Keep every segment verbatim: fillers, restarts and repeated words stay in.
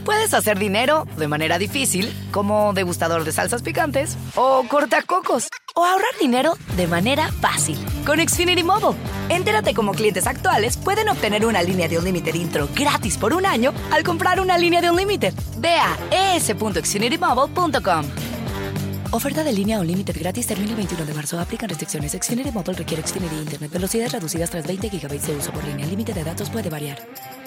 Puedes hacer dinero de manera difícil, como degustador de salsas picantes, o cortacocos, o ahorrar dinero de manera fácil con Xfinity Mobile. Entérate cómo clientes actuales pueden obtener una línea de Unlimited intro gratis por un año al comprar una línea de Unlimited. Ve a e s punto xfinity mobile punto com. Oferta de línea Unlimited gratis termina el veintiuno de marzo. Aplican restricciones. Xfinity Mobile requiere Xfinity Internet. Velocidades reducidas tras veinte gigabytes de uso por línea. El límite de datos puede variar.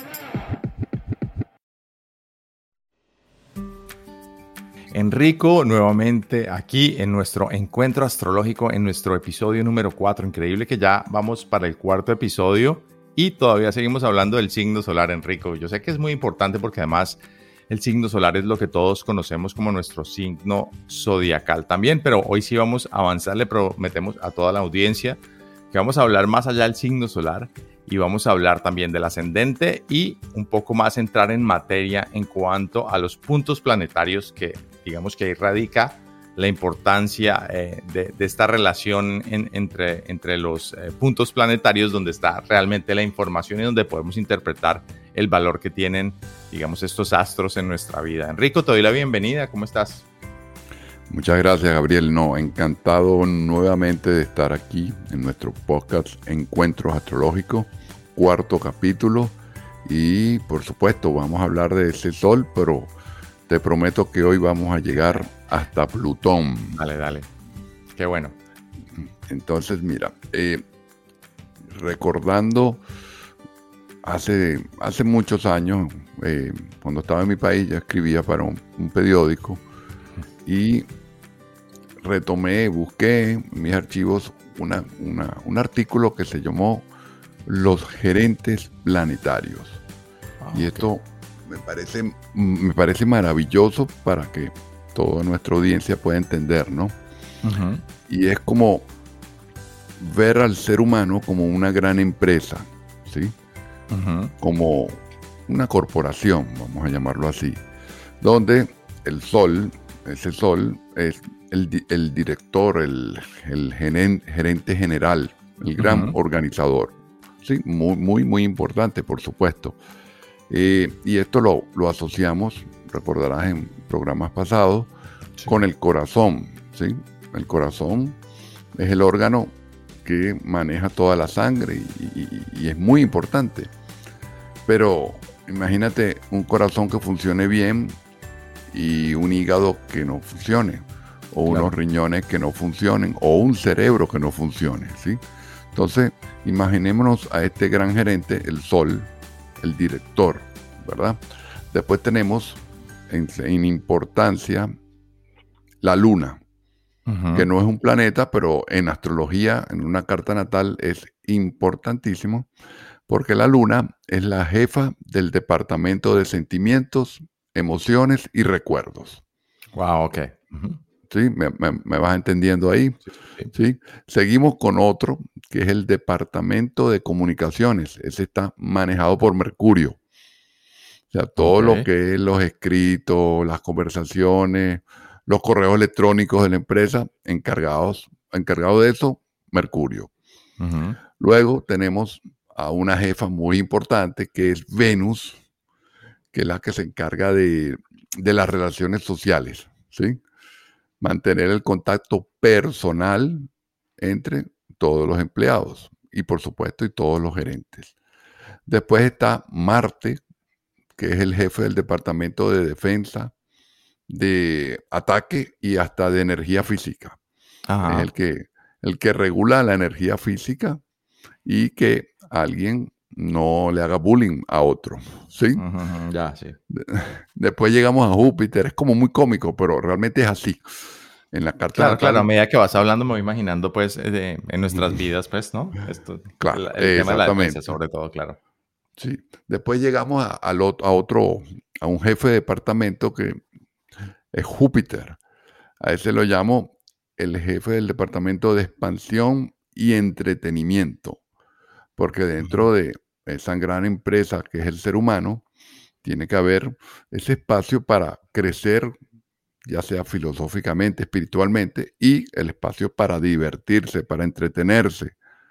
Enrico, nuevamente aquí en nuestro encuentro astrológico, en nuestro episodio número cuatro. Increíble que ya vamos para el cuarto episodio y todavía seguimos hablando del signo solar, Enrico. Yo sé que es muy importante porque además el signo solar es lo que todos conocemos como nuestro signo zodiacal también, pero hoy sí vamos a avanzar, le prometemos a toda la audiencia que vamos a hablar más allá del signo solar y vamos a hablar también del ascendente y un poco más entrar en materia en cuanto a los puntos planetarios que digamos que ahí radica la importancia eh, de, de esta relación en, entre, entre los eh, puntos planetarios donde está realmente la información y donde podemos interpretar el valor que tienen, digamos, estos astros en nuestra vida. Enrico, te doy la bienvenida. ¿Cómo estás? Muchas gracias, Gabriel. No, encantado nuevamente de estar aquí en nuestro podcast Encuentros Astrológicos, cuarto capítulo. Y, por supuesto, vamos a hablar de ese sol, pero te prometo que hoy vamos a llegar hasta Plutón. Dale, dale. Qué bueno. Entonces, mira, eh, recordando hace, hace muchos años, eh, cuando estaba en mi país, yo escribía para un, un periódico y retomé, busqué en mis archivos una, una, un artículo que se llamó Los gerentes planetarios. Ah, y esto okay. me parece, me parece maravilloso para que toda nuestra audiencia pueda entender, ¿no? Uh-huh. Y es como ver al ser humano como una gran empresa, ¿sí? Uh-huh. Como una corporación, vamos a llamarlo así, donde el sol, ese sol es el, el director, el, el gerente general, el gran uh-huh. organizador, ¿sí? Muy, muy, muy importante, por supuesto. Eh, y esto lo, lo asociamos, recordarás en programas pasados, sí. con el corazón, ¿sí? El corazón es el órgano que maneja toda la sangre y, y, y es muy importante. Pero imagínate un corazón que funcione bien y un hígado que no funcione, o claro. unos riñones que no funcionen, o un cerebro que no funcione, ¿sí? Entonces, imaginémonos a este gran gerente, el Sol, el director, ¿verdad? Después tenemos en, en importancia la Luna, uh-huh. que no es un planeta, pero en astrología, en una carta natal, es importantísimo, porque la Luna es la jefa del departamento de sentimientos, emociones y recuerdos. Wow, ok. Uh-huh. ¿Sí? ¿Me, me, me vas entendiendo ahí? Sí, sí. ¿Sí? Seguimos con otro, que es el departamento de comunicaciones. Ese está manejado por Mercurio. O sea, todo okay. lo que es los escritos, las conversaciones, los correos electrónicos de la empresa, encargados, encargado de eso, Mercurio. Uh-huh. Luego tenemos a una jefa muy importante, que es Venus, que es la que se encarga de, de las relaciones sociales, ¿sí? Mantener el contacto personal entre todos los empleados y, por supuesto, y todos los gerentes. Después está Marte, que es el jefe del departamento de defensa, de ataque y hasta de energía física. Ajá. Es el que, el que regula la energía física y que alguien no le haga bullying a otro, ¿sí? Uh-huh, ya, sí. Después llegamos a Júpiter, es como muy cómico, pero realmente es así. En la carta claro, natal, claro, a medida que vas hablando me voy imaginando, pues, de, en nuestras vidas, pues, ¿no? Esto, claro, el, el tema de la defensa, sobre todo, claro. Sí. Después llegamos a, a, lo, a otro, a un jefe de departamento que es Júpiter. A ese lo llamo el jefe del departamento de expansión y entretenimiento. Porque dentro de esa gran empresa que es el ser humano, tiene que haber ese espacio para crecer, ya sea filosóficamente, espiritualmente, y el espacio para divertirse, para entretenerse.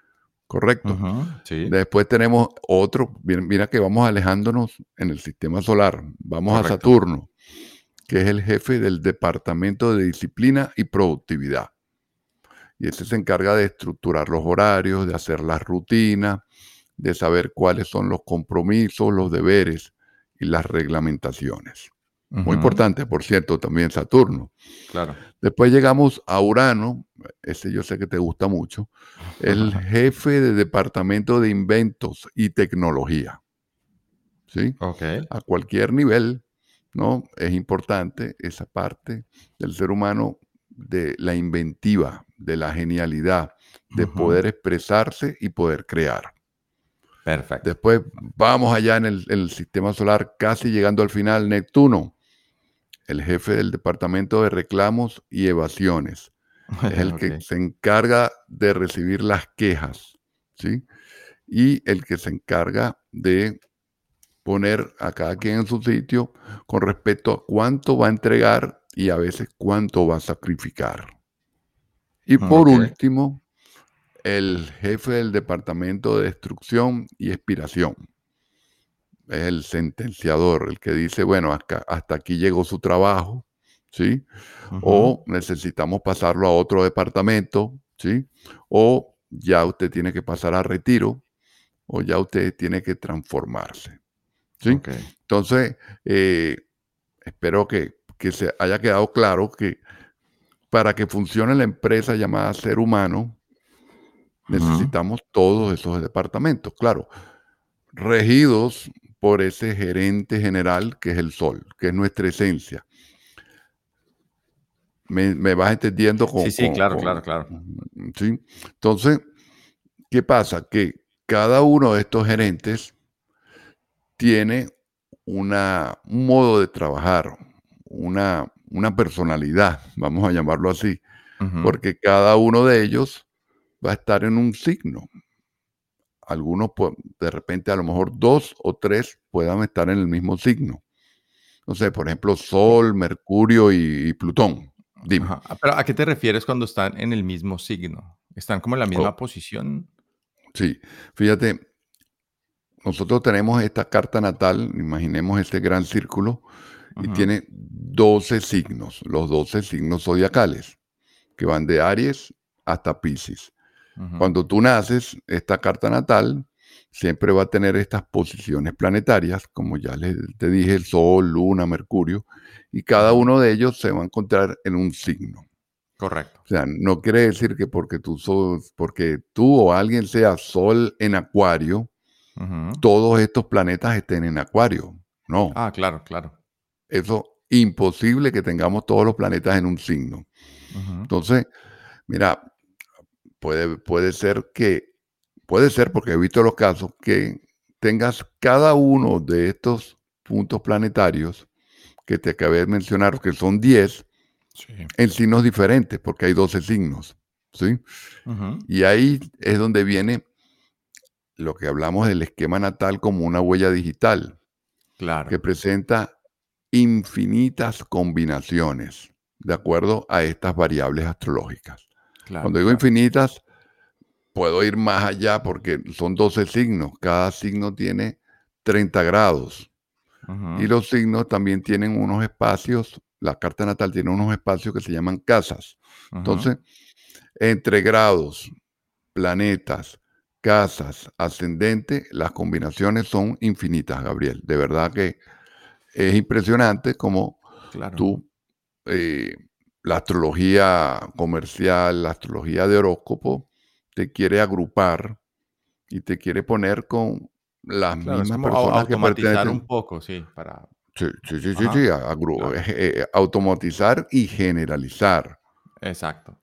¿correcto? Ujú, sí, Después tenemos otro, mira, mira que vamos alejándonos en el sistema solar. Vamos a correcto. Saturno, que es el jefe del Departamento de Disciplina y Productividad. Y ese se encarga de estructurar los horarios, de hacer las rutinas, de saber cuáles son los compromisos, los deberes y las reglamentaciones. Muy Ujú, importante, por cierto, también Saturno. claro. Después llegamos a Urano, ese yo sé que te gusta mucho, el jefe de Departamento de Inventos y Tecnología. ¿Sí? Ok. A cualquier nivel, ¿no? Es importante esa parte del ser humano, de la inventiva, de la genialidad, de Ujú, poder expresarse y poder crear. perfecto. Después vamos allá en el, en el sistema solar, casi llegando al final, Neptuno, el jefe del Departamento de Reclamos y Evasiones. Es el que Ok. se encarga de recibir las quejas, ¿sí? Y el que se encarga de poner a cada quien en su sitio con respecto a cuánto va a entregar y a veces cuánto va a sacrificar. Y por Ok. último, el jefe del Departamento de Destrucción y Expiración. Es el sentenciador, el que dice, bueno, hasta, hasta aquí llegó su trabajo, ¿sí? Ujú, O necesitamos pasarlo a otro departamento, ¿sí? O ya usted tiene que pasar a retiro, o ya usted tiene que transformarse, ¿sí? ok. Entonces, eh, espero que, que se haya quedado claro que para que funcione la empresa llamada ser humano, Ujú, necesitamos todos esos departamentos, claro, regidos por ese gerente general que es el sol, que es nuestra esencia. Me, me vas entendiendo sí, con, sí, con- claro, con- claro, claro. ¿sí? Entonces, ¿qué pasa? Que cada uno de estos gerentes tiene una, un modo de trabajar, una, una personalidad, vamos a llamarlo así, Ujú, porque cada uno de ellos va a estar en un signo. Algunos, pues, de repente, a lo mejor dos o tres puedan estar en el mismo signo. No sé, por ejemplo, co Sol, Mercurio y, y Plutón. Dime. ajá. Ah, pero, ¿a qué te refieres cuando están en el mismo signo? ¿Están como en la Oh, misma posición? sí, fíjate, nosotros tenemos esta carta natal, imaginemos este gran círculo, y Ujú, tiene doce signos, los doce signos zodiacales, que van de Aries hasta Piscis. ujú, Cuando tú naces, esta carta natal siempre va a tener estas posiciones planetarias, como ya les, te dije, el Sol, Luna, Mercurio, y cada ujú. uno de ellos se va a encontrar en un signo. Correcto. O sea, no quiere decir que porque tú, sos, porque tú o alguien sea Sol en Acuario, Ujú. todos estos planetas estén en Acuario. No, Ah, claro, claro. eso es imposible que tengamos todos los planetas en un signo. Ujú. Entonces, mira, puede, puede ser que, puede ser porque he visto los casos que tengas cada uno de estos puntos planetarios que te acabé de mencionar, que son diez, Sí. en signos diferentes, porque hay doce signos, ¿sí? Ujú. Y ahí es donde viene lo que hablamos del esquema natal como una huella digital, Claro, que presenta infinitas combinaciones de acuerdo a estas variables astrológicas. Cuando claro, digo claro. infinitas, puedo ir más allá porque son doce signos. Cada signo tiene treinta grados. Y Ujú, los signos también tienen unos espacios, la carta natal tiene unos espacios que se llaman casas. ujú. Entonces, entre grados, planetas, casas, ascendente, las combinaciones son infinitas, Gabriel. De verdad que es impresionante como Claro. tú, eh, la astrología comercial, la astrología de horóscopo, te quiere agrupar y te quiere poner con las Claro, es mismas como au personas que automatizar un pertenecen. poco, sí, para Sí, sí, sí, sí, ajá, sí, agru- claro. eh, eh, automatizar y generalizar. Exacto.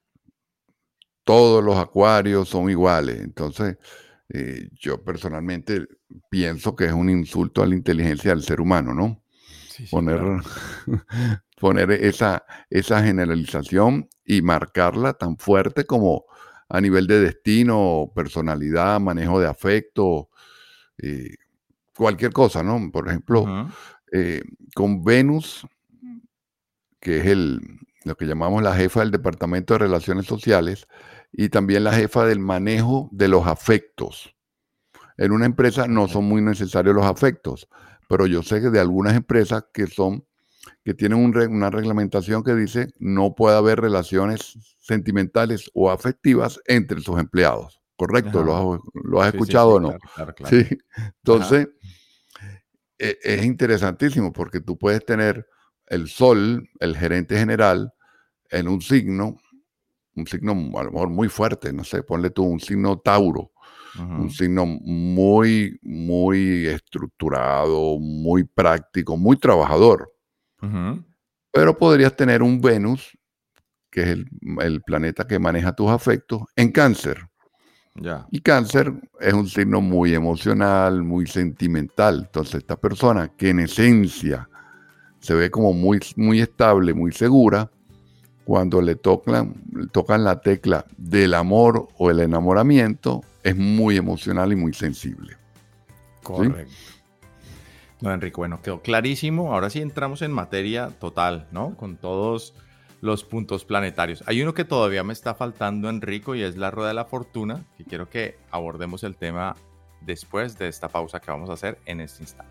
Todos los acuarios son iguales. Entonces, eh, yo personalmente pienso que es un insulto a la inteligencia del ser humano, ¿no? Sí, sí, Poner, claro. poner esa, esa generalización y marcarla tan fuerte como a nivel de destino, personalidad, manejo de afecto, eh, cualquier cosa, ¿no? Por ejemplo, Ujú. eh, con Venus, que es el, lo que llamamos la jefa del Departamento de Relaciones Sociales, y también la jefa del manejo de los afectos. En una empresa no son muy necesarios los afectos, pero yo sé que de algunas empresas que son, que tienen un re, una reglamentación que dice no puede haber relaciones sentimentales o afectivas entre sus empleados. ¿Correcto? ¿Lo has, lo has sí, escuchado sí, sí, o no? Claro, claro, claro. Sí. Entonces, e, es interesantísimo porque tú puedes tener el sol, el gerente general, en un signo, un signo a lo mejor muy fuerte, no sé, ponle tú un signo Tauro, uh-huh. un signo muy, muy estructurado, muy práctico, muy trabajador. Uh-huh. Pero podrías tener un Venus, que es el, el planeta que maneja tus afectos, en Cáncer. Yeah. Y Cáncer es un signo muy emocional, muy sentimental. Entonces, esta persona que en esencia se ve como muy, muy estable, muy segura, cuando le tocan, le tocan la tecla del amor o el enamoramiento, es muy emocional y muy sensible. Correcto. ¿Sí? No, Enrique, bueno, quedó clarísimo. Ahora sí entramos en materia total, ¿no? Con todos los puntos planetarios. Hay uno que todavía me está faltando, Enrico, y es la rueda de la fortuna, que quiero que abordemos el tema después de esta pausa que vamos a hacer en este instante.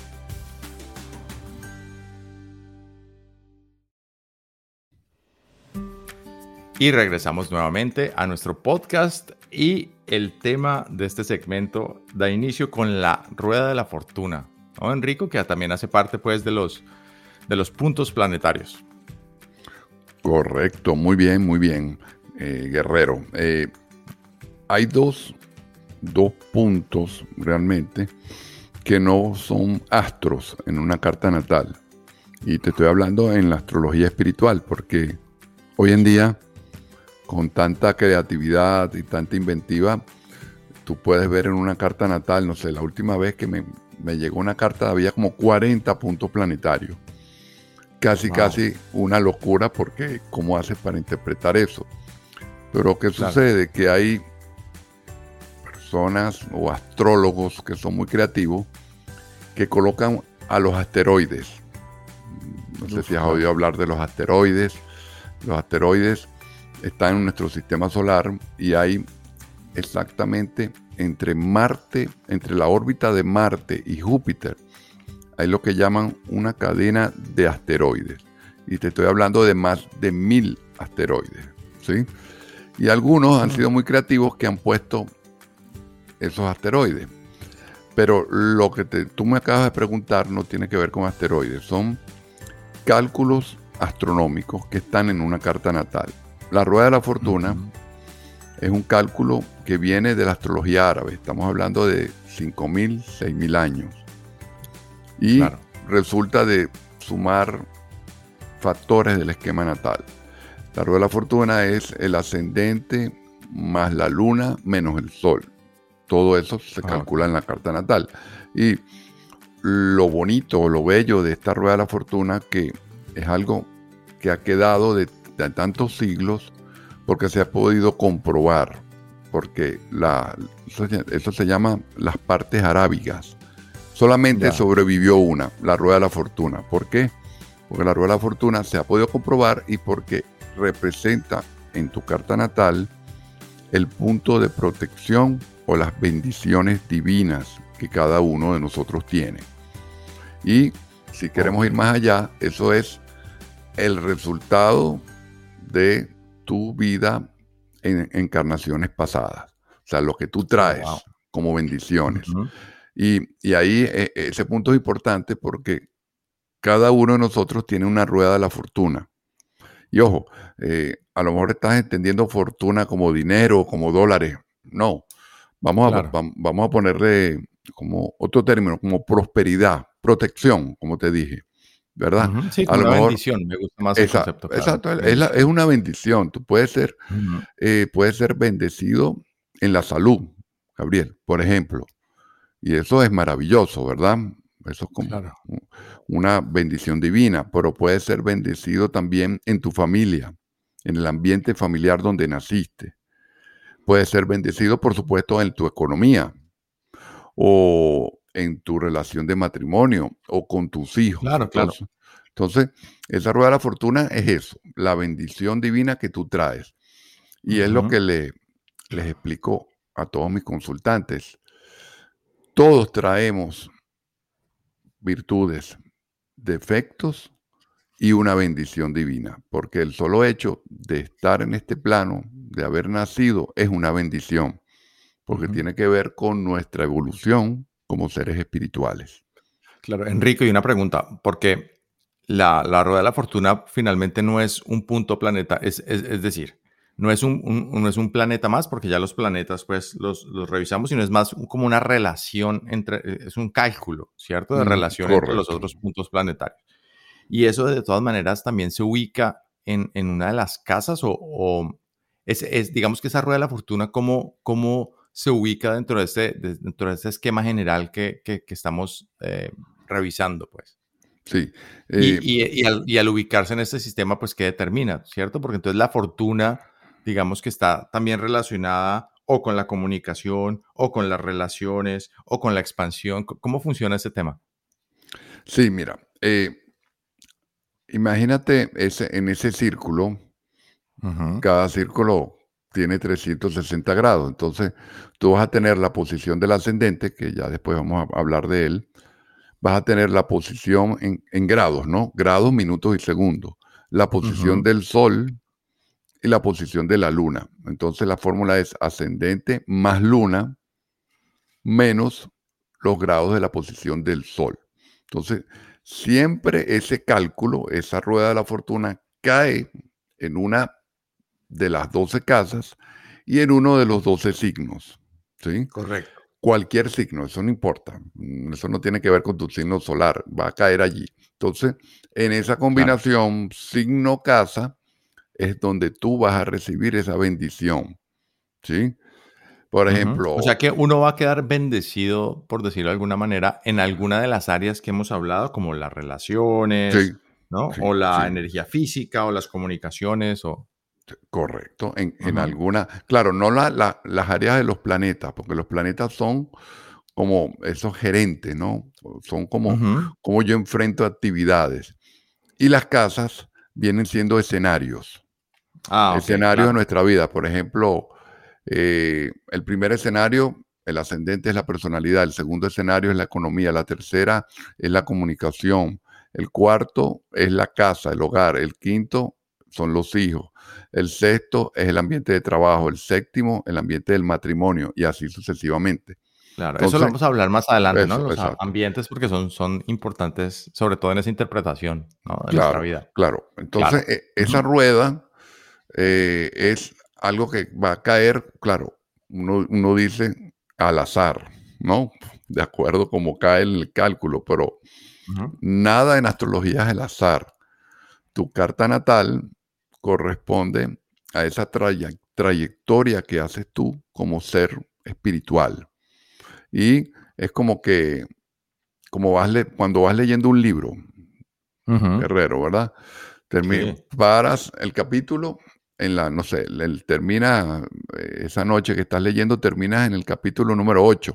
Y regresamos nuevamente a nuestro podcast y el tema de este segmento da inicio con la rueda de la fortuna, ¿no, Enrico? Que también hace parte, pues, de los, de los puntos planetarios. Correcto, muy bien, muy bien, eh, Guerrero. Eh, hay dos, dos puntos realmente que no son astros en una carta natal. Y te estoy hablando en la astrología espiritual, porque hoy en día, con tanta creatividad y tanta inventiva, tú puedes ver en una carta natal, no sé, la última vez que me, me llegó una carta había como cuarenta puntos planetarios. Casi, wow. casi una locura, porque ¿cómo haces para interpretar eso? Pero ¿qué claro. sucede? Que hay personas o astrólogos que son muy creativos que colocan a los asteroides. No sé Uf, si has oído hablar de los asteroides. Los asteroides están en nuestro sistema solar y hay exactamente entre Marte, entre la órbita de Marte y Júpiter, hay lo que llaman una cadena de asteroides. Y te estoy hablando de más de mil asteroides, ¿sí? Y algunos han sido muy creativos que han puesto esos asteroides. Pero lo que te, tú me acabas de preguntar no tiene que ver con asteroides. Son cálculos astronómicos que están en una carta natal. La rueda de la fortuna uh-huh. es un cálculo que viene de la astrología árabe. Estamos hablando de cinco mil, seis mil años. Y claro. resulta de sumar factores del esquema natal. La rueda de la fortuna es el ascendente más la luna menos el sol. Todo eso se ah, calcula okay. en la carta natal. Y lo bonito, lo bello de esta rueda de la fortuna, que es algo que ha quedado de, de tantos siglos, porque se ha podido comprobar, porque la, eso, eso se llama las partes arábigas. Solamente ya. sobrevivió una, la rueda de la fortuna. ¿Por qué? Porque la rueda de la fortuna se ha podido comprobar y porque representa en tu carta natal el punto de protección o las bendiciones divinas que cada uno de nosotros tiene. Y si queremos ir más allá, eso es el resultado de tu vida en encarnaciones pasadas. O sea, lo que tú traes wow. como bendiciones. Uh-huh. Y, y ahí eh, ese punto es importante porque cada uno de nosotros tiene una rueda de la fortuna. Y ojo, eh, a lo mejor estás entendiendo fortuna como dinero, como dólares. No, vamos, claro. a, va, vamos a ponerle como otro término, como prosperidad, protección, como te dije, ¿verdad? Uh-huh. Sí, como a lo una mejor, bendición, me gusta más esa, el concepto. Claro. Exacto, es, la, es una bendición. Tú puedes ser, uh-huh. eh, puedes ser bendecido en la salud, Gabriel, por ejemplo. Y eso es maravilloso, ¿verdad? Eso es como claro. una bendición divina, pero puedes ser bendecido también en tu familia, en el ambiente familiar donde naciste. Puedes ser bendecido, por supuesto, en tu economía o en tu relación de matrimonio o con tus hijos. Claro, claro. Entonces, entonces, esa rueda de la fortuna es eso, la bendición divina que tú traes. Y es lo que le, les explico a todos mis consultantes. Todos traemos virtudes, defectos y una bendición divina, porque el solo hecho de estar en este plano, de haber nacido, es una bendición, porque uh-huh. tiene que ver con nuestra evolución como seres espirituales. Claro, Enrico, y una pregunta, porque la, la rueda de la fortuna finalmente no es un punto planeta, es, es, es decir, no es un, un, no es un planeta más, porque ya los planetas pues los, los revisamos, sino es más como una relación entre, es un cálculo, ¿cierto? De relación mm, entre los otros puntos planetarios. Y eso de todas maneras también se ubica en, en una de las casas o, o es, es, digamos que esa rueda de la fortuna, ¿cómo, cómo se ubica dentro de este, de, dentro de este esquema general que, que, que estamos eh, revisando, pues? Sí. Eh, y, y, y, al, y al ubicarse en este sistema, pues, ¿qué determina? ¿Cierto? Porque entonces la fortuna, digamos que está también relacionada o con la comunicación, o con las relaciones, o con la expansión. ¿Cómo funciona ese tema? Sí, mira, eh, imagínate ese, en ese círculo, uh-huh. cada círculo tiene trescientos sesenta grados, entonces tú vas a tener la posición del ascendente, que ya después vamos a hablar de él, vas a tener la posición en, en grados, ¿no? Grados, minutos y segundos, la posición uh-huh. del sol y la posición de la luna. Entonces la fórmula es ascendente más luna menos los grados de la posición del sol. Entonces, siempre ese cálculo, esa rueda de la fortuna, cae en una de las doce casas y en uno de los doce signos. ¿Sí? Correcto. Cualquier signo, eso no importa. Eso no tiene que ver con tu signo solar, va a caer allí. Entonces, en esa combinación claro. signo-casa es donde tú vas a recibir esa bendición. ¿Sí? Por ejemplo... Uh-huh. O sea que uno va a quedar bendecido, por decirlo de alguna manera, en alguna de las áreas que hemos hablado, como las relaciones, sí, ¿no? Sí, o la sí. energía física, o las comunicaciones, o... Correcto, en, uh-huh. en alguna... Claro, no la, la, las áreas de los planetas, porque los planetas son como esos gerentes, ¿no? Son como, uh-huh. como yo enfrento actividades. Y las casas vienen siendo escenarios. Ah, escenarios okay, claro. de nuestra vida. Por ejemplo... Eh, el primer escenario, el ascendente, es la personalidad. El segundo escenario es la economía. La tercera es la comunicación. El cuarto es la casa, el hogar. El quinto son los hijos. El sexto es el ambiente de trabajo. El séptimo, el ambiente del matrimonio. Y así sucesivamente. Claro, Entonces, eso lo vamos a hablar más adelante, eso, ¿no? Los exacto. ambientes, porque son, son importantes, sobre todo en esa interpretación, ¿no? De claro, nuestra vida. Claro. Entonces, claro. Eh, esa uh-huh. rueda eh, es algo que va a caer, claro, uno, uno dice al azar, ¿no? De acuerdo como cae el cálculo, pero uh-huh. nada en astrología es el azar. Tu carta natal corresponde a esa tray- trayectoria que haces tú como ser espiritual. Y es como que, como vas le- cuando vas leyendo un libro, uh-huh. Guerrero, ¿verdad? Termi- sí. Paras el capítulo en la, no sé, el, termina esa noche que estás leyendo, terminas en el capítulo número ocho.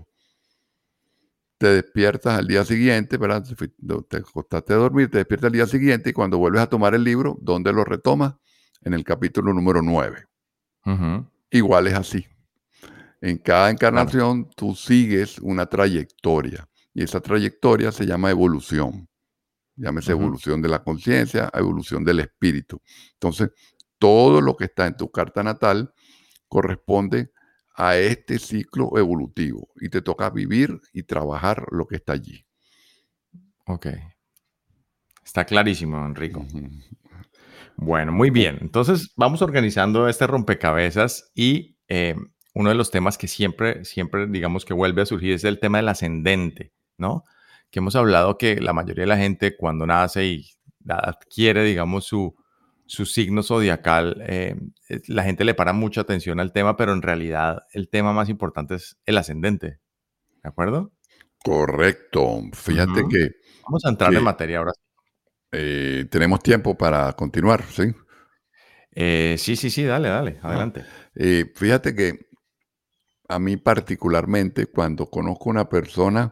Te despiertas al día siguiente, ¿verdad? Te acostaste a dormir, te despiertas al día siguiente y cuando vuelves a tomar el libro, ¿dónde lo retomas? En el capítulo número nueve. Uh-huh. Igual es así. En cada encarnación claro. tú sigues una trayectoria y esa trayectoria se llama evolución. Llámese uh-huh. evolución de la conciencia, evolución del espíritu. Entonces, todo lo que está en tu carta natal corresponde a este ciclo evolutivo y te toca vivir y trabajar lo que está allí. Ok. Está clarísimo, Enrico. Uh-huh. Bueno, muy bien. Entonces, vamos organizando este rompecabezas y eh, uno de los temas que siempre, siempre, digamos, que vuelve a surgir es el tema del ascendente, ¿no? Que hemos hablado que la mayoría de la gente cuando nace y adquiere, digamos, su, su signo zodiacal, eh, la gente le para mucha atención al tema, pero en realidad el tema más importante es el ascendente, ¿de acuerdo? Correcto. Fíjate uh-huh. que... Vamos a entrar que, en materia ahora. Eh, tenemos tiempo para continuar, ¿sí? Eh, sí, sí, sí, dale, dale, adelante. Ah, eh, fíjate que a mí particularmente cuando conozco a una persona,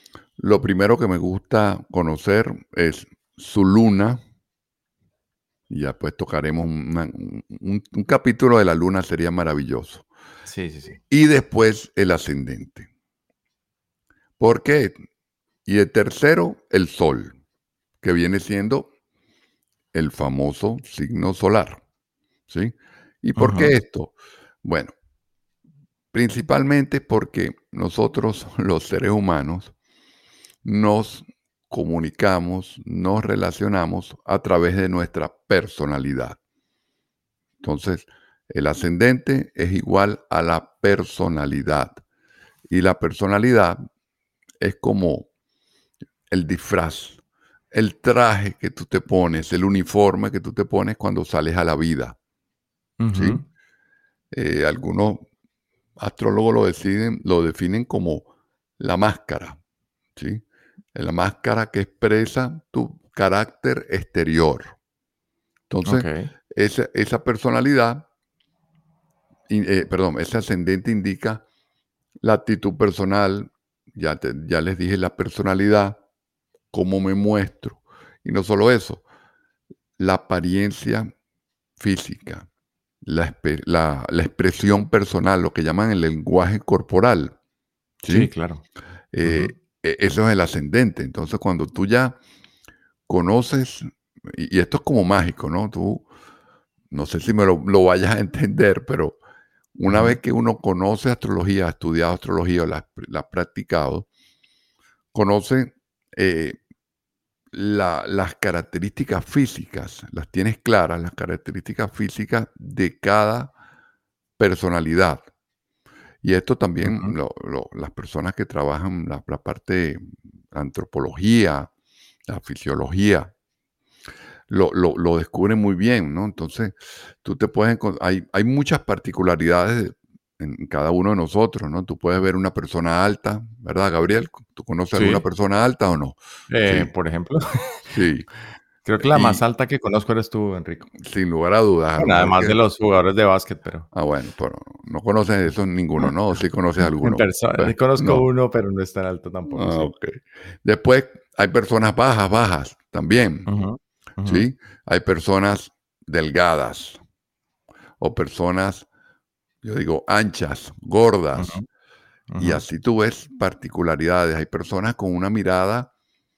lo primero que me gusta conocer es su luna, y ya pues tocaremos una, un, un capítulo de la luna, sería maravilloso. Sí, sí, sí. Y después el ascendente. ¿Por qué? Y el tercero, el sol, que viene siendo el famoso signo solar, ¿sí? ¿Y por Ujú. qué esto? Bueno, principalmente porque nosotros, los seres humanos, nos comunicamos, nos relacionamos a través de nuestra personalidad. Entonces, el ascendente es igual a la personalidad. Y la personalidad es como el disfraz, el traje que tú te pones, el uniforme que tú te pones cuando sales a la vida. ¿Sí? Ujú. Eh, algunos astrólogos lo, deciden, lo definen como la máscara, ¿sí? La máscara que expresa tu carácter exterior. Entonces, Ok. esa, esa personalidad, in- eh, perdón, ese ascendente indica la actitud personal, ya, te- ya les dije la personalidad, cómo me muestro. Y no solo eso, la apariencia física, la, espe- la- la expresión personal, lo que llaman el lenguaje corporal, Sí, ¿sí? claro. Eh, Ujú. e- eso es el ascendente. Entonces, cuando tú ya conoces, y, y esto es como mágico, ¿no? Tú, no sé si me lo, lo vayas a entender, pero una Ujú. vez que uno conoce astrología, ha estudiado astrología o la, la ha practicado, conoce eh, la- las características físicas, las tienes claras, las características físicas de cada personalidad. Y esto también Ujú. lo- lo- las personas que trabajan la, la parte la antropología, la fisiología, lo, lo- lo descubren muy bien, ¿no? Entonces, tú te puedes encon- hay, hay muchas particularidades en cada uno de nosotros, ¿no? Tú puedes ver una persona alta, ¿verdad, Gabriel? ¿Tú conoces alguna Sí. persona alta o no? Eh, Sí, por ejemplo, sí. creo que la más Y alta que conozco eres tú, Enrico. sin lugar a dudas, a lo Bueno, mejor además que... de los jugadores de básquet, pero Ah, bueno, pero no conoces eso ninguno, ¿no? ¿O sí conoces en alguno? persona Pues, conozco no. uno, pero no es tan alto tampoco, Ah, sí. ok. Después hay personas bajas, bajas también, Ujú. Ujú. ¿sí? Hay personas delgadas o personas, yo digo, anchas, Ujú. gordas. Y Ujú. así tú ves particularidades. Hay personas con una mirada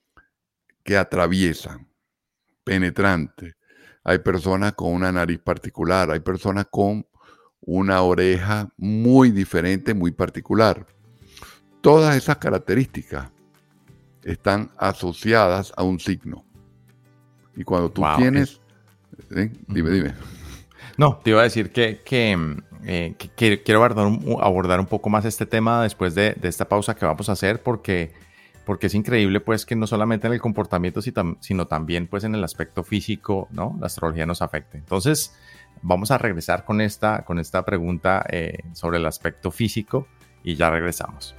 que atraviesa, penetrante. Hay personas con una nariz particular. Hay personas con una oreja muy diferente, muy particular. Todas esas características están asociadas a un signo. Y cuando tú Wow, es. tienes... ¿eh? Dime, Ujú. dime. No, te iba a decir que, que, mm, eh, que- que quiero abordar un, abordar un poco más este tema después de, de esta pausa que vamos a hacer, porque, porque es increíble, pues, que no solamente en el comportamiento, si tam- sino también, pues, en el aspecto físico, ¿no? La astrología nos afecte. Entonces, vamos a regresar con esta, con esta pregunta eh, sobre el aspecto físico y ya regresamos.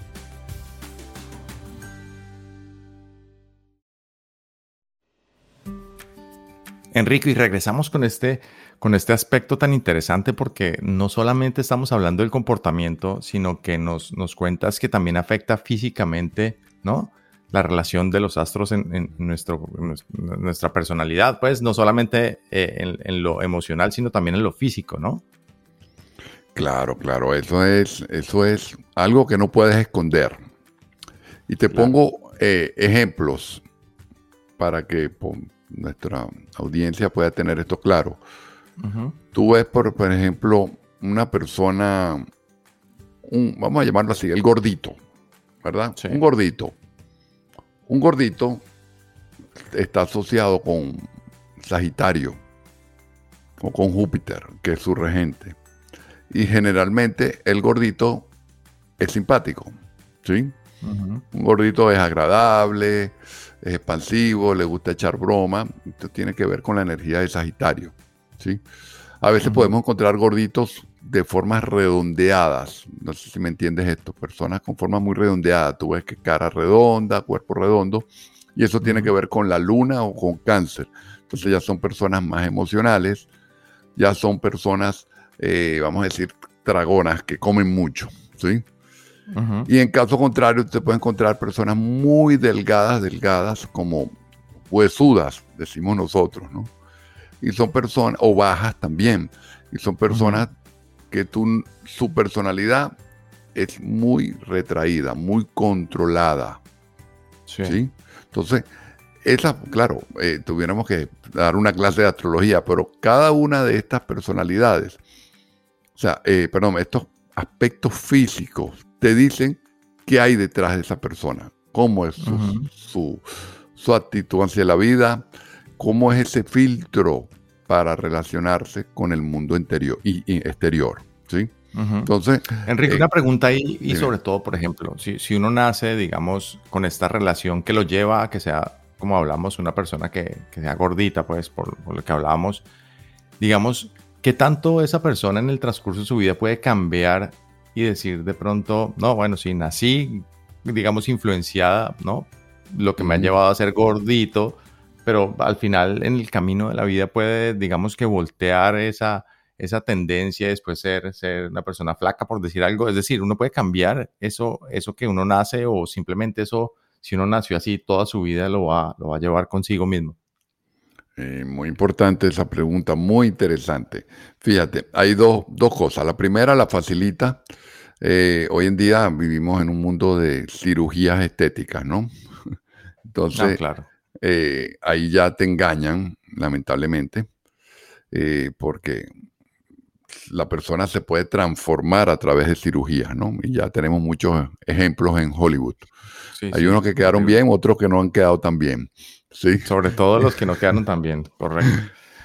Enrico, y regresamos con este, con este aspecto tan interesante porque no solamente estamos hablando del comportamiento, sino que nos, nos cuentas que también afecta físicamente, ¿no? La relación de los astros en, en nuestro, en nuestra personalidad, pues no solamente eh, en, en lo emocional, sino también en lo físico, ¿no? Claro, claro, eso es, eso es algo que no puedes esconder. Y te Claro. pongo eh, ejemplos para que po, nuestra audiencia pueda tener esto claro. Uh-huh. Tú ves, por, por ejemplo, una persona, un, vamos a llamarlo así, el gordito, ¿verdad? Sí. Un gordito. Un gordito está asociado con Sagitario o con Júpiter, que es su regente. Y generalmente el gordito es simpático, ¿sí? Uh-huh. Un gordito es agradable, es expansivo, le gusta echar broma. Esto tiene que ver con la energía de Sagitario, ¿sí? A veces uh-huh. podemos encontrar gorditos de formas redondeadas. No sé si me entiendes esto. Personas con formas muy redondeadas. Tú ves que cara redonda, cuerpo redondo. Y eso uh-huh. tiene que ver con la luna o con Cáncer. Entonces ya son personas más emocionales. Ya son personas, eh, vamos a decir, dragonas que comen mucho, ¿sí? Uh-huh. Y en caso contrario, te puedes encontrar personas muy delgadas, delgadas, como huesudas, decimos nosotros, ¿no? y son personas, o bajas también, y son personas uh-huh. que tú, su personalidad es muy retraída, muy controlada. Sí. ¿Sí? Entonces, esa, claro, eh, tuviéramos que dar una clase de astrología, pero cada una de estas personalidades, o sea, eh, perdón, estos aspectos físicos te dicen qué hay detrás de esa persona, cómo es su, uh-huh. su, su actitud hacia la vida, cómo es ese filtro para relacionarse con el mundo interior y, y exterior, ¿sí? Uh-huh. Entonces, Enrique, eh, una pregunta ahí, y dime. sobre todo, por ejemplo, si, si uno nace, digamos, con esta relación que lo lleva a que sea, como hablamos, una persona que, que sea gordita, pues, por, por lo que hablábamos, digamos, ¿qué tanto esa persona en el transcurso de su vida puede cambiar y decir de pronto, no, bueno, si nací, digamos, influenciada, ¿no? Lo que me ha llevado a ser gordito, pero al final en el camino de la vida puede, digamos, que voltear esa, esa tendencia y después ser, ser una persona flaca, por decir algo. Es decir, uno puede cambiar eso, eso que uno nace, o simplemente eso, si uno nació así, toda su vida lo va, lo va a llevar consigo mismo. Eh, muy importante esa pregunta, muy interesante. Fíjate, hay dos, dos cosas. La primera la facilita. Eh, hoy en día vivimos en un mundo de cirugías estéticas, ¿no? Entonces, Ah, claro. eh, ahí ya te engañan, lamentablemente, eh, porque la persona se puede transformar a través de cirugías, ¿no? Y ya tenemos muchos ejemplos en Hollywood. Sí, hay sí, unos que quedaron horrible. bien, otros que no han quedado tan bien. ¿Sí? Sobre todo los que no quedaron tan bien, correcto.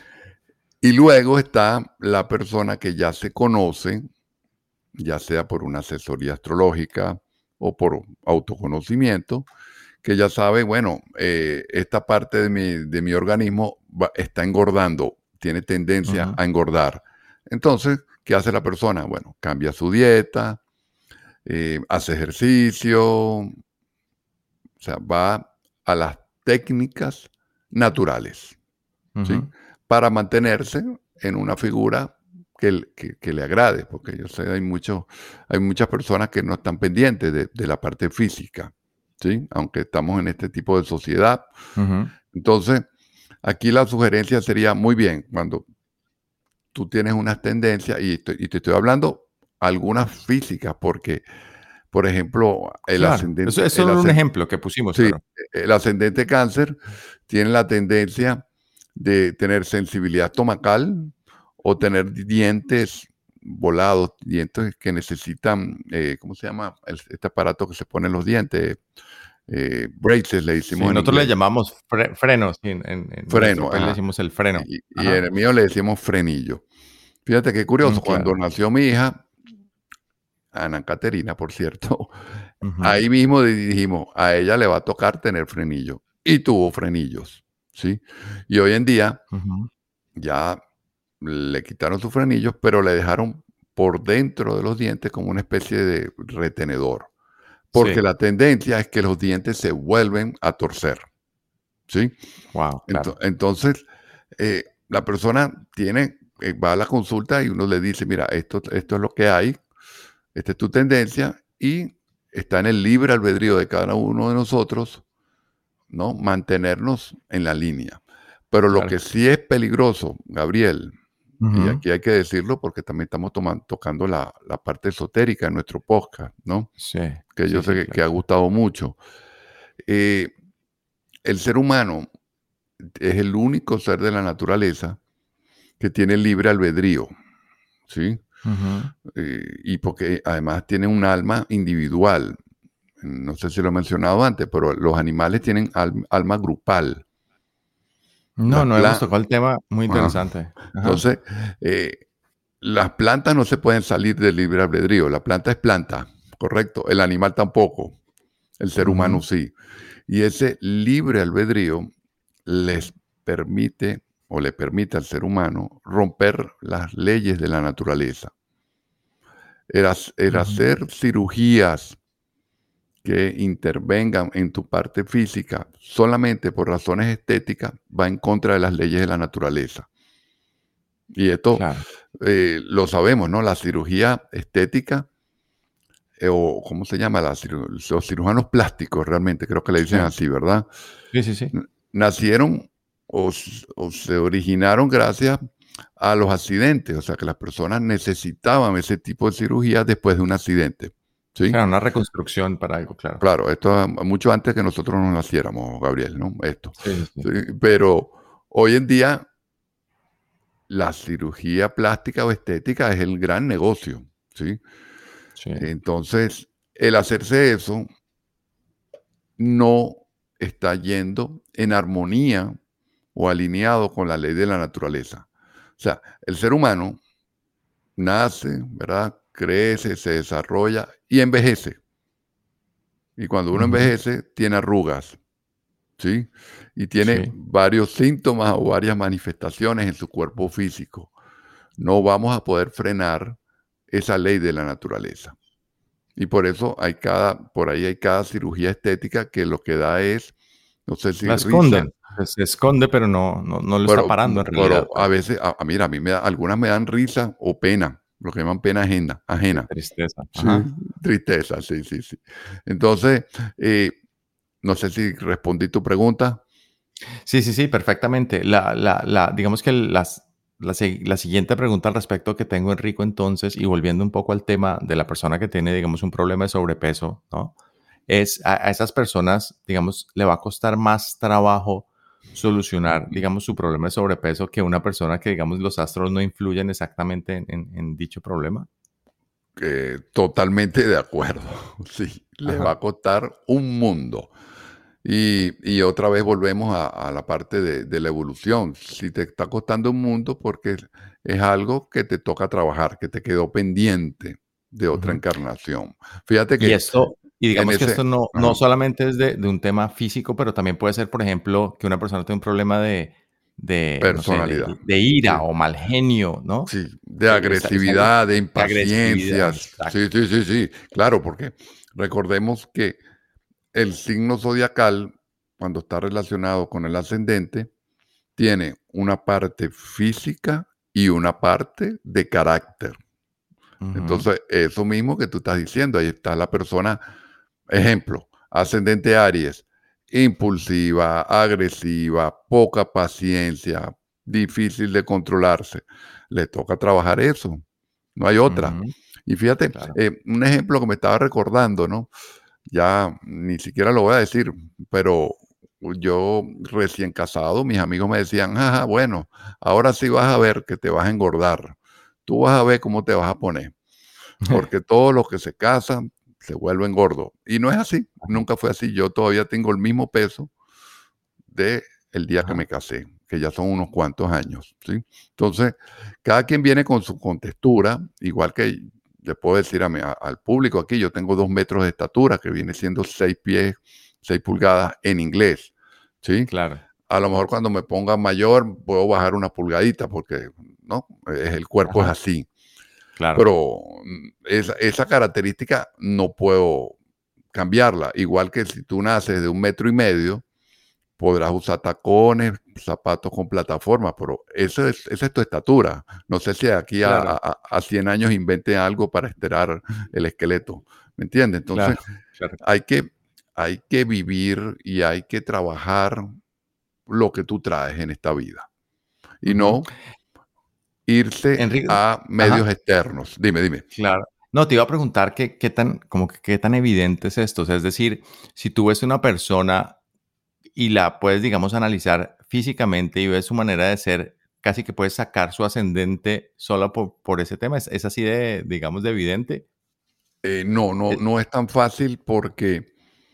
Y luego está la persona que ya se conoce, ya sea por una asesoría astrológica o por autoconocimiento, que ya sabe, bueno, eh, esta parte de mi, de mi organismo va, está engordando, tiene tendencia uh-huh. a engordar. Entonces, ¿qué hace la persona? Bueno, cambia su dieta, eh, hace ejercicio, o sea, va a las técnicas naturales, uh-huh. ¿sí? Para mantenerse en una figura que, que, que le agrade, porque yo sé, hay, mucho, hay muchas personas que no están pendientes de, de la parte física, ¿sí? Aunque estamos en este tipo de sociedad. Uh-huh. Entonces, aquí la sugerencia sería, muy bien, cuando tú tienes unas tendencias, y te, y te estoy hablando algunas físicas, porque, por ejemplo, el claro, ascendente... Eso es solo un ejemplo que pusimos. Sí, pero... el ascendente cáncer tiene la tendencia de tener sensibilidad estomacal o tener dientes volados, dientes que necesitan, eh, ¿cómo se llama? El, este aparato que se pone en los dientes, eh, braces le decimos. Sí, en nosotros inglés. le llamamos fre frenos, en, en, en freno, nuestro país le decimos el freno. Y, y en el mío le decimos frenillo. Fíjate qué curioso, mm, claro. Cuando nació mi hija, Ana Caterina, por cierto, uh-huh. ahí mismo dijimos, a ella le va a tocar tener frenillo. Y tuvo frenillos, ¿sí? Y hoy en día, uh-huh. ya le quitaron sus frenillos, pero le dejaron por dentro de los dientes como una especie de retenedor. Porque sí. la tendencia es que los dientes se vuelven a torcer, ¿sí? Wow, claro. Entonces, eh, la persona tiene, eh, va a la consulta y uno le dice, mira, esto, esto es lo que hay, esta es tu tendencia, y está en el libre albedrío de cada uno de nosotros, ¿no? Mantenernos en la línea. Pero claro. lo que sí es peligroso, Gabriel, uh-huh. y aquí hay que decirlo porque también estamos tomando, tocando la, la parte esotérica en nuestro podcast, ¿no? Sí. Que yo sí, sé sí, que, claro. que ha gustado mucho. Eh, el ser humano es el único ser de la naturaleza que tiene libre albedrío, ¿sí? Uh-huh. Eh, y porque además tiene un alma individual. No sé si lo he mencionado antes, pero los animales tienen al, alma grupal. No, las no hemos tocado el tema, muy interesante. Ajá. Entonces, eh, las plantas no se pueden salir del libre albedrío. La planta es planta, correcto. El animal tampoco. El ser uh-huh. humano sí. Y ese libre albedrío les permite o le permite al ser humano romper las leyes de la naturaleza. El, el uh-huh. hacer cirugías que intervengan en tu parte física solamente por razones estéticas va en contra de las leyes de la naturaleza. Y esto claro. eh, lo sabemos, ¿no? La cirugía estética, eh, o ¿cómo se llama? La, los cirujanos plásticos realmente, creo que le dicen sí. así, ¿verdad? Sí, sí, sí. Nacieron o, o se originaron gracias a los accidentes, o sea que las personas necesitaban ese tipo de cirugía después de un accidente. ¿Sí? Claro, una reconstrucción para algo, claro. Claro, esto es mucho antes que nosotros nos naciéramos, Gabriel, ¿no? Esto. Sí, sí. Sí, pero hoy en día la cirugía plástica o estética es el gran negocio, ¿sí? Sí. Entonces, el hacerse eso no está yendo en armonía o alineado con la ley de la naturaleza. O sea, el ser humano nace, ¿verdad? Crece, se desarrolla y envejece. Y cuando uno Ujú. envejece, tiene arrugas, ¿sí? Y tiene Sí. varios síntomas o varias manifestaciones en su cuerpo físico. No vamos a poder frenar esa ley de la naturaleza. Y por eso hay cada, por ahí hay cada cirugía estética que lo que da es, no sé si La risa, esconden. Pues se esconde, pero no, no, no lo está pero, parando en pero realidad. a veces, a, a- mira, a mí me da, algunas me dan risa o pena, lo que llaman pena ajena, Qué ajena. tristeza. Sí, Ajá. tristeza, sí, sí, sí. Entonces, eh, no sé si respondí tu pregunta. Sí, sí, sí, perfectamente. La, la, la, digamos que las, la, se- la siguiente pregunta al respecto que tengo, Enrico, entonces, y volviendo un poco al tema de la persona que tiene, digamos, un problema de sobrepeso, ¿no? Es a, a esas personas, digamos, le va a costar más trabajo solucionar, digamos, su problema de sobrepeso que una persona que, digamos, los astros no influyen exactamente en, en- en dicho problema. Eh, totalmente de acuerdo. Sí, les va Ajá. a costar un mundo. Y, y otra vez volvemos a, a la parte de, de la evolución. Si te está costando un mundo, porque es, es algo que te toca trabajar, que te quedó pendiente de otra Ujú. encarnación. Fíjate Y que esto, y en digamos que ese... esto no, no Ajá, solamente es de, de un tema físico, pero también puede ser, por ejemplo, que una persona tenga un problema de, de no sé, de, personalidad. de Sí, ira o mal genio, ¿no? sí, de Eh, Esa, esa es agresividad, de de agresividad, impaciencias. Sí, exacto. sí, sí, sí. Claro, porque recordemos que el signo zodiacal, cuando está relacionado con el ascendente, tiene una parte física y una parte de carácter. Ujú, Entonces, eso mismo que tú estás diciendo, ahí está la persona, ejemplo, ascendente Aries, impulsiva, agresiva, poca paciencia, difícil de controlarse. Le toca trabajar eso, no hay otra. ujú, Y fíjate, claro. eh, un ejemplo que me estaba recordando, ¿no? Ya ni siquiera lo voy a decir, pero yo recién casado, mis amigos me decían, ajá, bueno, ahora sí vas a ver que te vas a engordar. Tú vas a ver cómo te vas a poner, porque todos los que se casan se vuelven gordos. Y no es así, nunca fue así. Yo todavía tengo el mismo peso de el día que Ajá, me casé, que ya son unos cuantos años, ¿sí? Entonces, cada quien viene con su contextura, igual que le puedo decir a mi- a- al público aquí, yo tengo dos metros de estatura, que viene siendo seis pies, seis pulgadas en inglés, ¿sí? claro, A lo mejor cuando me ponga mayor puedo bajar una pulgadita porque, ¿no? Es- el cuerpo es ajá, así. claro, Pero mm, esa, esa característica no puedo cambiarla. Igual que si tú naces de un metro y medio, podrás usar tacones, zapatos con plataforma, pero eso es, esa es tu estatura. No sé si aquí a, claro, a, a cien años inventen algo para esterar el esqueleto. ¿Me entiendes? claro, Entonces, claro. hay que, hay que vivir y hay que trabajar lo que tú traes en esta vida. Y Ujú. no irse Enrique, a ajá. medios externos. Dime, dime. Claro. No, te iba a preguntar qué, qué tan, como que qué tan evidente es esto. O sea, es decir, si tú ves una persona y la puedes, digamos, analizar físicamente y ves su manera de ser, casi que puedes sacar su ascendente solo por, por ese tema. ¿Es, es así de, digamos, de evidente? Eh, no, no, Eh, no es tan fácil porque,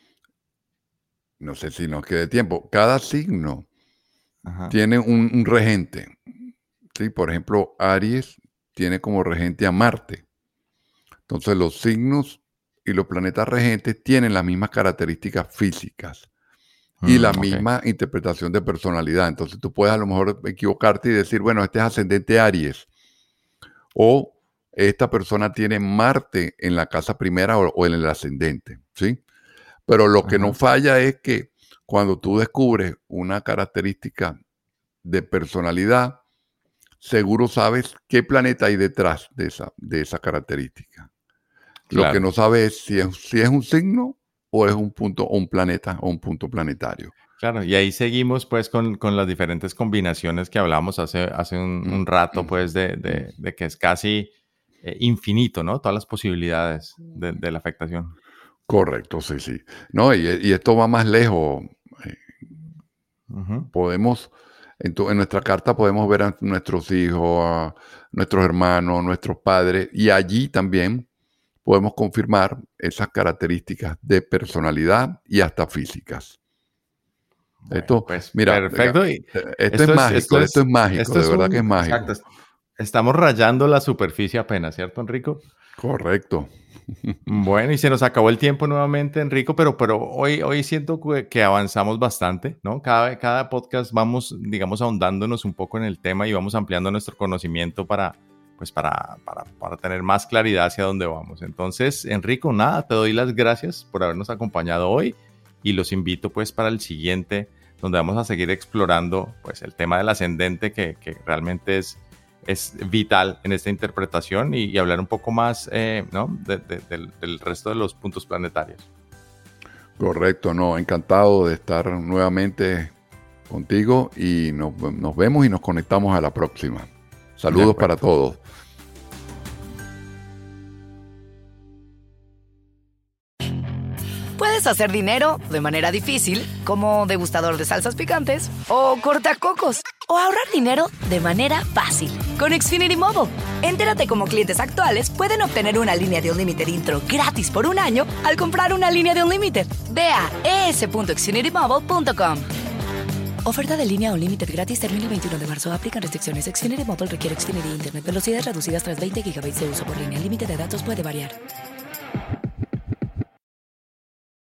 no sé si nos quede tiempo, cada signo Ajá. tiene un, un regente. ¿Sí? Por ejemplo, Aries tiene como regente a Marte. Entonces los signos y los planetas regentes tienen las mismas características físicas y la Mm, ok. misma interpretación de personalidad. Entonces tú puedes a lo mejor equivocarte y decir, bueno, este es ascendente Aries o esta persona tiene Marte en la casa primera o, o en el ascendente, ¿sí? Pero lo que no Ajá. falla es que cuando tú descubres una característica de personalidad, seguro sabes qué planeta hay detrás de esa, de esa característica. Lo que Claro. no sabes es si es, si es un signo o es un punto o un planeta o un punto planetario. Claro, y ahí seguimos pues con, con las diferentes combinaciones que hablamos hace, hace un, un rato, pues de, de, de que es casi eh, infinito, ¿no? Todas las posibilidades de, de la afectación. Correcto, sí, sí. No, y, y esto va más lejos. Uh-huh. Podemos, en, tu, en nuestra carta podemos ver a nuestros hijos, a nuestros hermanos, nuestros padres, y allí también podemos confirmar esas características de personalidad y hasta físicas. Bueno, esto, pues, mira, perfecto. Esto, esto es mágico, esto es, esto es mágico, esto de es verdad un, que es mágico. Exacto. Estamos rayando la superficie apenas, ¿cierto, Enrico? Correcto. Bueno, y se nos acabó el tiempo nuevamente, Enrico, pero, pero hoy, hoy siento que avanzamos bastante, ¿no? Cada, cada podcast vamos, digamos, ahondándonos un poco en el tema y vamos ampliando nuestro conocimiento para, pues para, para, para tener más claridad hacia dónde vamos. Entonces, Enrico, nada, te doy las gracias por habernos acompañado hoy y los invito pues para el siguiente, donde vamos a seguir explorando pues el tema del ascendente que, que realmente es, es vital en esta interpretación y, y hablar un poco más eh, ¿no? de, de, del, del resto de los puntos planetarios. Correcto, no, encantado de estar nuevamente contigo y nos, nos vemos y nos conectamos a la próxima. Saludos para todos. Puedes hacer dinero de manera difícil, como degustador de salsas picantes, o cortacocos, o ahorrar dinero de manera fácil con Xfinity Mobile. Entérate cómo clientes actuales pueden obtener una línea de Unlimited intro gratis por un año al comprar una línea de Unlimited. Ve a e s punto xfinity mobile punto com. Oferta de línea Unlimited gratis termina el veintiuno de marzo. Aplican restricciones. Xfinity Mobile requiere Xfinity Internet. Velocidades reducidas tras veinte gigabytes de uso por línea. El límite de datos puede variar.